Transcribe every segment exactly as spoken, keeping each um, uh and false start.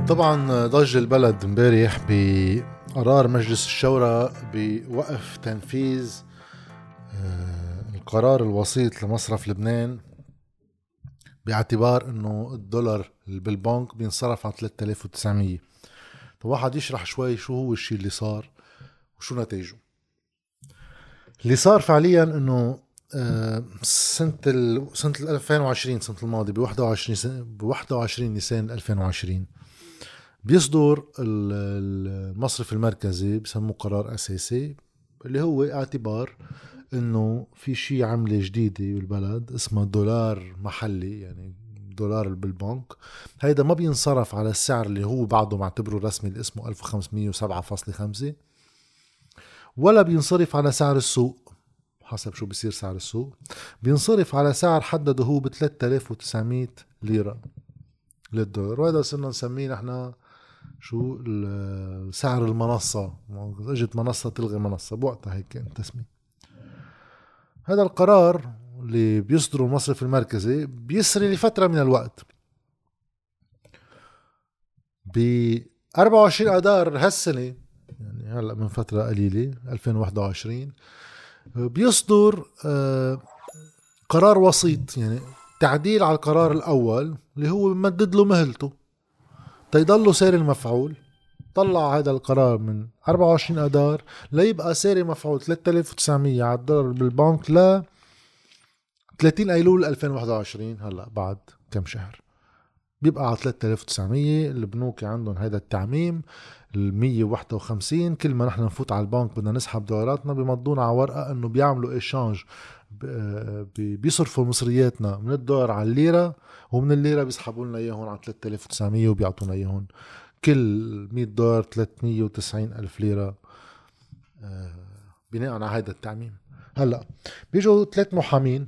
طبعا ضج البلد امبارح بقرار مجلس الشورى بوقف تنفيذ القرار الوسيط لمصرف لبنان، باعتبار انه الدولار بالبنك بينصرف على ثلاثة آلاف وتسعمية. فواحد يشرح شوي شو هو الشيء اللي صار وشو نتائجه. اللي صار فعليا انه سنة ال... سنة ألفين وعشرين، سنة الماضي، ب واحد وعشرين سنة ب واحد وعشرين نيسان ألفين وعشرين بيصدر المصرف المركزي بسموه قرار أساسي، اللي هو اعتبار انه في شيء عملة جديدة بالبلد اسمها دولار محلي، يعني دولار بالبنك. هيدا ما بينصرف على السعر اللي هو بعده معتبره رسمي اللي اسمه ألف وخمسمية وسبعة فاصلة خمسة، ولا بينصرف على سعر السوق حسب شو بيصير سعر السوق. بينصرف على سعر حدده هو ب ثلاثة آلاف وتسعمية ليرة للدولار، وهذا صرنا نسميه نحن شو سعر المنصة. اجت منصة تلغي منصة، بوقتها هيك كان تسميه. هذا القرار اللي بيصدره المصرف المركزي بيسري لفترة من الوقت. ب أربعة وعشرين آذار هالسنة، يعني هلا من فترة قليلة ألفين وواحد وعشرين، بيصدر قرار وسيط، يعني تعديل على القرار الأول اللي هو بمدد له مهلته تيضله ساري المفعول. طلع هذا القرار من أربعة وعشرين آذار ليبقى ساري مفعول ثلاثة آلاف وتسعمية على الدولار بالبنك ل ثلاثين أيلول ألفين وواحد وعشرين، هلا بعد كم شهر بيبقى على ثلاثة آلاف وتسعمية. البنوك عندهم هذا التعميم المية وواحد وخمسين. كل ما نحن نفوت على البنك بدنا نسحب دولاراتنا بيمضونا على ورقة انه بيعملوا ايشانج، بيصرفوا مصرياتنا من الدولار على الليرة، ومن الليرة بيسحبوا لنا اياهم على ثلاثة آلاف وتسعمية وبيعطونا اياهم كل مية دولار ثلاثمية وتسعين ألف ليرة بناء على هذا التعميم. هلا بيجوا ثلاث محامين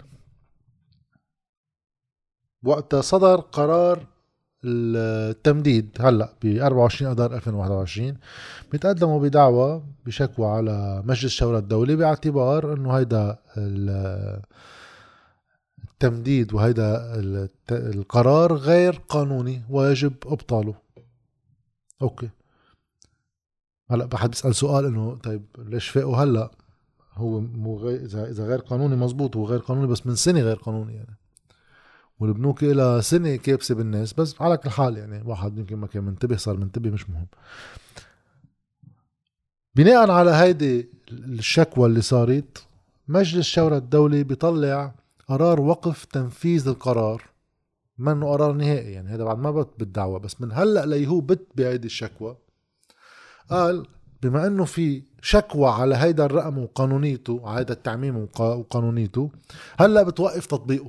وقت صدر قرار التمديد هلا ب أربعة وعشرين آذار ألفين وواحد وعشرين، بيتقدموا بدعوى بشكوى على مجلس الشورى الدولي باعتبار انه هيدا التمديد وهيدا القرار غير قانوني ويجب ابطاله. اوكي، هلا بحد بيسأل سؤال انه طيب ليش فاقوا هلا؟ هو مو غير اذا غير قانوني مزبوط، هو غير قانوني بس من سنة غير قانوني يعني، والبنوك إلى سنة كابسة بالناس. بس على كل حال يعني واحد يمكن ما كان منتبه صار منتبه، مش مهم. بناء على هيدي الشكوى اللي صارت، مجلس الشورى الدولي بيطلع قرار وقف تنفيذ القرار، منه قرار نهائي يعني، هذا بعد ما بت بالدعوة، بس من هلأ ليهو بت بهيدي الشكوى. قال بما انه في شكوى على هيدا الرقم وقانونيته، على هيدا التعميم وقانونيته، هلأ بتوقف تطبيقه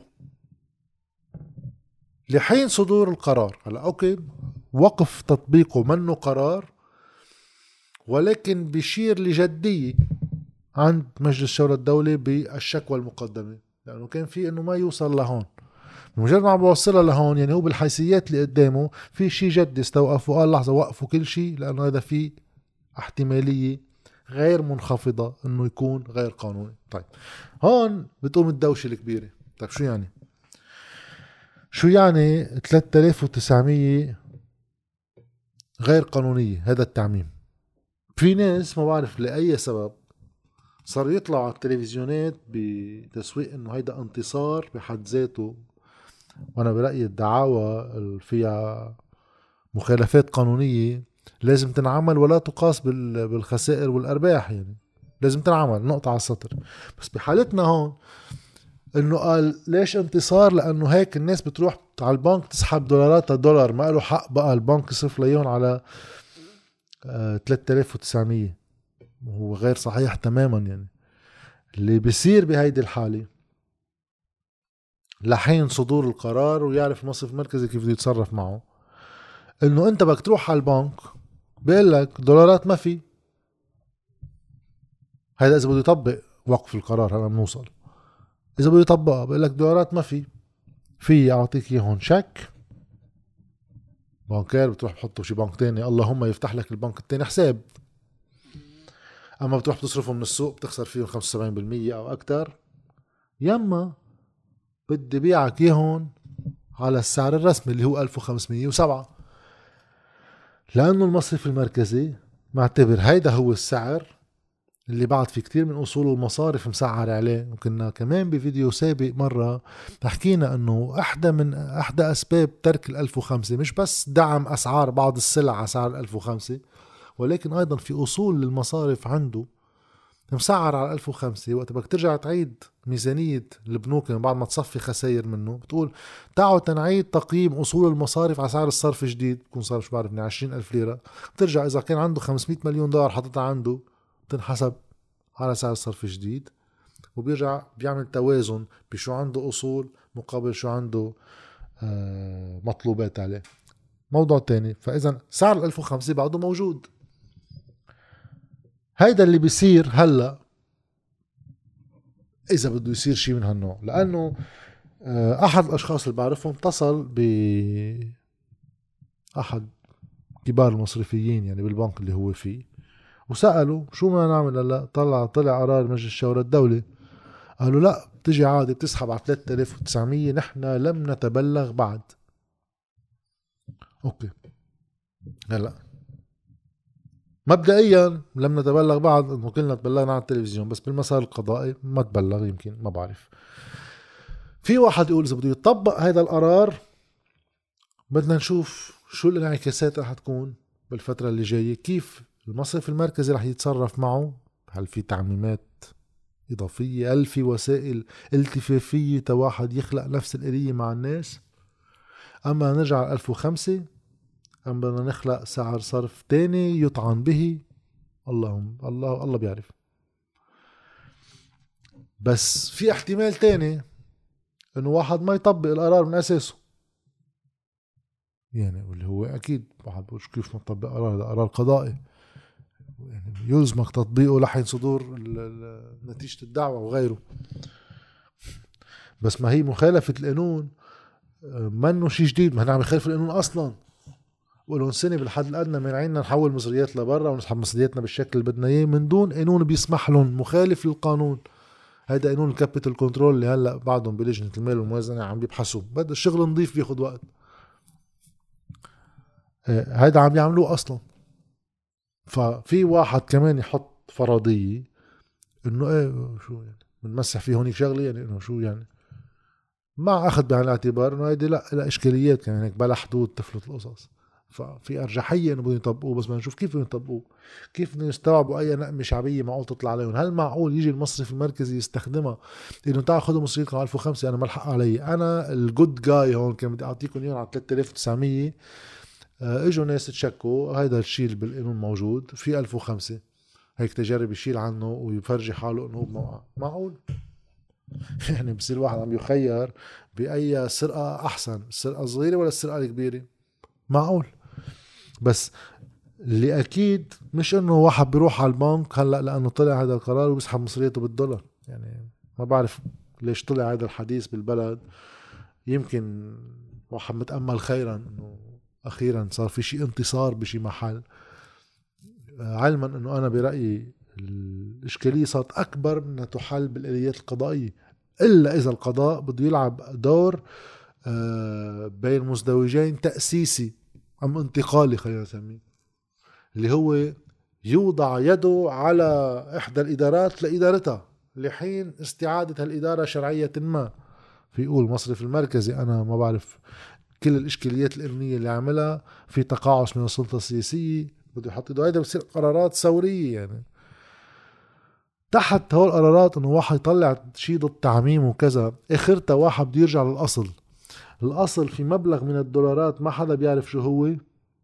لحين صدور القرار. هلا اوكي، وقف تطبيقه منه قرار، ولكن بيشير لجدية عند مجلس الشورى الدولي بالشكوى المقدمة، لأنه كان في إنه ما يوصل لهون. بمجرد ما بوصلها لهون يعني هو بالحيثيات اللي قدامه في شيء جدي استوقف وقال لحظة وقفوا كل شيء، لأنه هذا فيه احتمالية غير منخفضة إنه يكون غير قانوني. طيب هون بتقوم الدوشة الكبيرة. طيب شو يعني؟ شو يعني ثلاثة آلاف وتسعمية غير قانونية هذا التعميم؟ في ناس ما بعرف لأي سبب صار يطلعوا على التلفزيونات بتسويق انه هيدا انتصار بحد ذاته، وانا برأيي الدعاوى فيها مخالفات قانونية لازم تنعمل ولا تقاس بالخسائر والارباح، يعني لازم تنعمل نقطة على السطر. بس بحالتنا هون انه قال ليش انتصار؟ لانه هيك الناس بتروح على البنك تسحب دولاراتها دولار، ما له حق بقى البنك يصرف ليون على آه ثلاثة آلاف وتسعمية. وهو غير صحيح تماما. يعني اللي بيصير بهيدي الحالة لحين صدور القرار ويعرف المصرف المركزي كيف بده يتصرف معه، انه انت بدك تروح على البنك بيقول لك دولارات ما في. هيدا اذا بده يطبق وقف القرار، هلا بنوصل. اذا بده يطبقها بيقول لك دولارات ما في، في اعطيك اياهم شك بانكير، بتروح بحطه شي بنك تاني، اللهم يفتح لك البنك التاني حساب. اما بتروح بتصرفه من السوق بتخسر فيهم خمسة وسبعين بالمية او اكتر. يما بدي بيعك يهون على السعر الرسمي اللي هو ألف وخمسمية وسبعة. لأنه المصرف المركزي معتبر هيدا هو السعر اللي بعد في كتير من أصول المصارف مسعر عليه. وكنا كمان بفيديو سابق مرة حكينا أنه أحدى من أحدى أسباب ترك الألف وخمسة مش بس دعم أسعار بعض السلع على سعر الألف وخمسة، ولكن أيضا في أصول للمصارف عنده مسعر على ألف وخمسة. وقت بدك ترجع تعيد ميزانية البنوك بعد ما تصفي خسائر منه، بتقول تعالوا تنعيد تقييم أصول المصارف على سعر الصرف جديد، بكون صار شو بعرفني عشرين ألف ليرة. بترجع إذا كان عنده خمسمية مليون دولار حطتها عنده بتنحسب على سعر الصرف جديد، وبيرجع بيعمل توازن بشو عنده أصول مقابل شو عنده آه مطلوبات عليه. موضوع تاني. فإذا سعر الألف وخمسة بعده موجود. هيدا اللي بيصير هلأ إذا بده يصير شيء من هالنوع، لأنه آه أحد الأشخاص اللي بعرفهم اتصل ب أحد كبار المصرفيين يعني بالبنك اللي هو فيه، وسألوا شو ما نعمل هلا. طلع طلع قرار مجلس الشورى الدولي، قالوا لا بتجي عادي بتسحب على ثلاثة آلاف وتسعمية، نحن لم نتبلغ بعد. اوكي هلا مبدئيا لم نتبلغ بعد انه كلنا تبلغنا على التلفزيون، بس بالمسار القضائي ما تبلغ، يمكن ما بعرف. في واحد يقول اذا بده يطبق هذا القرار بدنا نشوف شو الانعكاسات رح تكون بالفترة اللي جاية، كيف المصرف المركزي رح يتصرف معه. هل في تعميمات إضافية؟ هل في وسائل التفافية تواحد يخلق نفس الآلية مع الناس؟ أما نرجع على ألف وخمسة أم بدنا نخلق سعر صرف تاني يطعن به؟ اللهم الله الله بيعرف. بس في احتمال تاني انه واحد ما يطبق القرار من اساسه، يعني واللي هو اكيد واحد بقول كيف ما تطبق قرار، ده قرار قضائي يعني يلزمك تطبيقه لحين صدور نتيجة الدعوة وغيره. بس ما هي مخالفة القانون منه شيء جديد، ما هنعمل بخالف القانون اصلا. ولو سنة بالحد الادنى مانعيننا نحول مصريات لبرا ونسحب مصرياتنا بالشكل اللي بدنا اياه من دون قانون بيسمح لهم، مخالف للقانون. هيدا قانون الكابيتال كنترول اللي هلا بعدهم بلجنة المال والموازنة عم بيبحثوا، بده الشغل نظيف بياخد وقت. هيدا عم يعملوه اصلا. ففي واحد كمان يحط فرضية انه ايه شو يعني بنمسح فيه هونيك شغلة، يعني انه شو يعني مع اخذ بعين الاعتبار انه هيدي لا لا اشكاليات كمان هيك بلا حدود تفلت القصص. ففي ارجحيه انه بدهم يطبقوه، بس بدنا نشوف كيف بدهم يطبقوه، كيف بدهم يستوعبوا اي نقمه شعبيه معقول تطلع عليهم. هل معقول يجي المصرف المركزي يستخدمها انه تعالوا خذوا مصرياتكم على ألف وخمسة، انا ما الحق علي، انا الجود جاي هون كان بدي اعطيكم اياهم على ثلاثة آلاف وتسعمية. اه اجوا ناس تشكوا هيدا الشيء بالقانون موجود في ألف وخمسة، هيك تجرب يشيل عنه ويفرجي حاله انه هو بموقع معقول. يعني بصير الواحد عم يخير بأي سرقة أحسن، السرقة الصغيرة ولا السرقة الكبيرة؟ معقول. بس اللي أكيد مش إنه واحد بيروح على البنك هلأ لأنه طلع هذا القرار وبيسحب مصرياته بالدولار. يعني ما بعرف ليش طلع هذا الحديث بالبلد. يمكن واحد متأمل خيرا إنه أخيرا صار في شيء انتصار بشي محل، علما إنه أنا برأيي الإشكالية صارت أكبر منها تحل بالآليات القضائية، إلا إذا القضاء بده يلعب دور بين مزدوجين تأسيسي أم انتقالي خلينا نسميه، اللي هو يوضع يده على إحدى الإدارات لإدارتها لحين استعادة هالإدارة شرعية ما. في يقول مصرف المركزي أنا ما بعرف كل الإشكاليات الأمنية اللي عملها، في تقاعس من السلطة السياسية بده يحط إيده، هيدا بصير قرارات ثورية. يعني تحت هول القرارات انه واحد يطلع شيء ضد تعميم وكذا، اخرتها واحد بده يرجع للاصل. الاصل في مبلغ من الدولارات ما حدا بيعرف شو هو،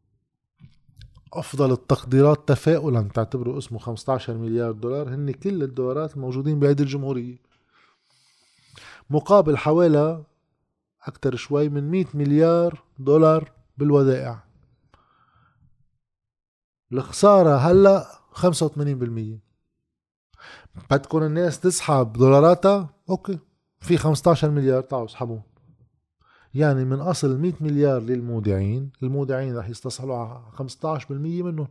افضل التقديرات تفاؤلا تعتبره اسمه خمسة عشر مليار دولار، هن كل الدولارات الموجودين بأيدي الجمهورية، مقابل حوالي اكتر شوي من مئة مليار دولار بالودائع. الخسارة هلأ خمسة وثمانين بالمية. بدكم الناس تسحب دولاراتها، اوكي في خمسة عشر مليار تعالوا اسحبوه. يعني من اصل مئة مليار للمودعين، المودعين رح يستصحلوا على خمسة عشر بالمية منهم.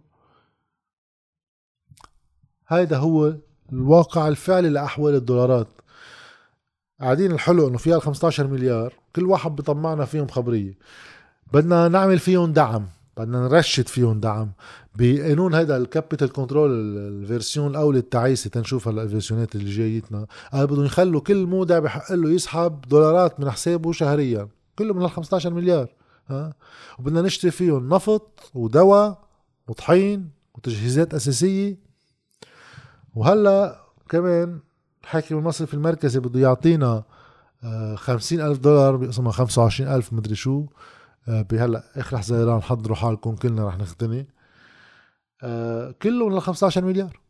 هيدا هو الواقع الفعلي لأحوال الدولارات. قاعدين الحلو انه فيها ال خمسة عشر مليار كل واحد بطمعنا فيهم خبرية، بدنا نعمل فيهم دعم. بدنا نرشد فيهم دعم بقانون هيدا الكابيتال كنترول الفيرسيون الاولى التعيسه. تنشوف هلا الفيرسيونات اللي جايتنا قال بدهم يخلوا كل مودع بحق له يسحب دولارات من حسابه شهريا، كله من ال خمسة عشر مليار. ها وبدنا نشتري فيهم نفط ودواء وطحين وتجهيزات اساسيه. وهلا كمان الحاكم المصرفي المركزي بده يعطينا خمسين ألف دولار بيقسمها خمسة وعشرين ألف مدري شو بهلا اخر حزيران حضروا حالكم كلنا رح نختني. أه كله من ال خمسة عشر مليار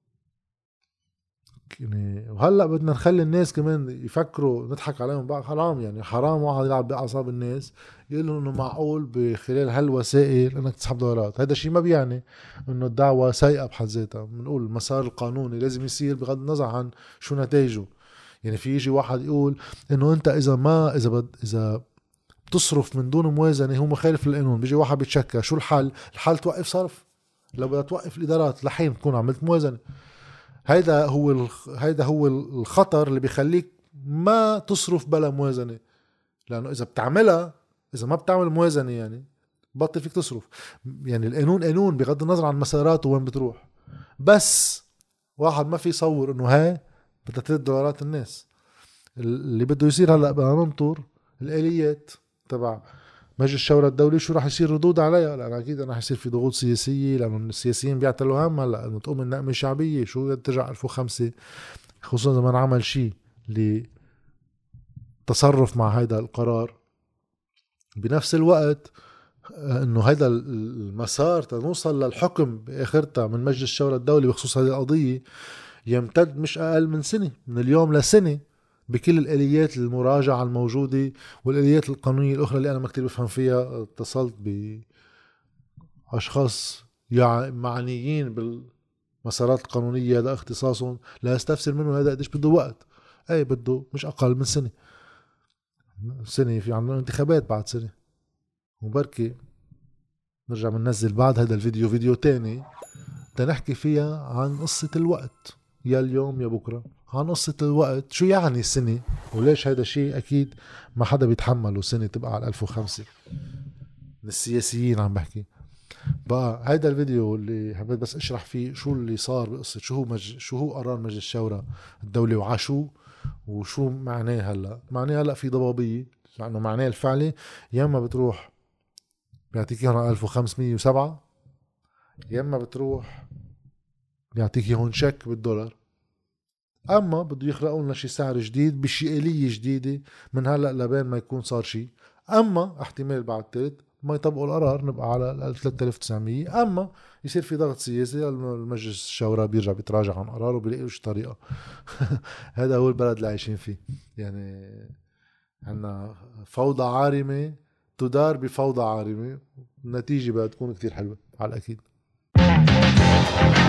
يعني. وهلا بدنا نخلي الناس كمان يفكروا، نضحك عليهم بقى حرام يعني، حرام واحد يلعب باعصاب الناس يقول لهم انه معقول بخلال هالوسائل انك تسحب دولارات. هذا الشيء ما بيعني انه الدعوه سيئه بحد ذاتها. بنقول المسار القانوني لازم يصير بغض النظر عن شو نتائجه. يعني في يجي واحد يقول انه انت اذا ما اذا بد اذا بتصرف من دون موازنه هو مخالف للقانون. بيجي واحد بيتشكى شو الحل؟ الحل توقف صرف. لو بدها توقف الادارات لحين تكون عملت موازنه. هيدا هو الخ... هيدا هو الخطر اللي بيخليك ما تصرف بلا موازنه. لانه اذا بتعملها، اذا ما بتعمل موازنه يعني بطل فيك تصرف. يعني القانون قانون بغض النظر عن مساراته وين بتروح. بس واحد ما في يصور انه هاي بدها ترد دولارات الناس. اللي بده يصير هلا بدنا ننطر الاليات تبع مجلس الشورى الدولي شو راح يصير ردود عليها. لأن أكيد أنا حيصير في ضغوط سياسية، لأنه السياسيين بيعتلوا هم هلا إنه تقوم النقمة شعبية شو ترجع ألف وخمسة، خصوصا إذا ما نعمل شيء لتصرف مع هيدا القرار. بنفس الوقت إنه هيدا المسار تنوصل للحكم بآخرتها من مجلس الشورى الدولي بخصوص هذه القضية يمتد مش أقل من سنة، من اليوم لسنة، بكل الآليات المراجعة الموجودة والآليات القانونية الأخرى اللي أنا ما كتير بفهم فيها. اتصلت بأشخاص معنيين بالمسارات القانونية هذا اختصاصهم لا استفسر منه هذا قديش بده وقت. أي بده مش أقل من سنة. سنة في عندنا انتخابات بعد سنة، وبركي نرجع بننزل بعد هذا الفيديو فيديو تاني تنحكي فيها عن قصة الوقت، يا اليوم يا بكرة، عن قصة الوقت. شو يعني السنة وليش هيدا شيء أكيد ما حدا بيتحمله سنة تبقى على ألف وخمسة من السياسيين. عم بحكي بقى هيدا الفيديو اللي حبيت بس اشرح فيه شو اللي صار بقصة شو هو مج... شو هو قرار مجلس الشورى الدولي وعشو وشو معناه. هلا معناه هلا في ضبابية، لأنه معناه الفعلي يا اما بتروح بيعطيك هون ألف وخمسمية وسبعة، يا اما بتروح بيعطيك هون شيك بالدولار. اما بده يخلقوا لنا شي سعر جديد بشي آلية جديدة من هلا لبين ما يكون صار شي. اما احتمال بعد تالت ما يطبقوا القرار نبقى على ثلاثة آلاف وتسعمية. اما يصير في ضغط سياسي، المجلس الشورى بيرجع بيتراجع عن قراره وبيلاقي شي طريقة. هذا هو البلد اللي عايشين فيه. يعني عنا فوضى عارمة تدار بفوضى عارمة، النتيجة بقى تكون كتير حلوة على الأكيد.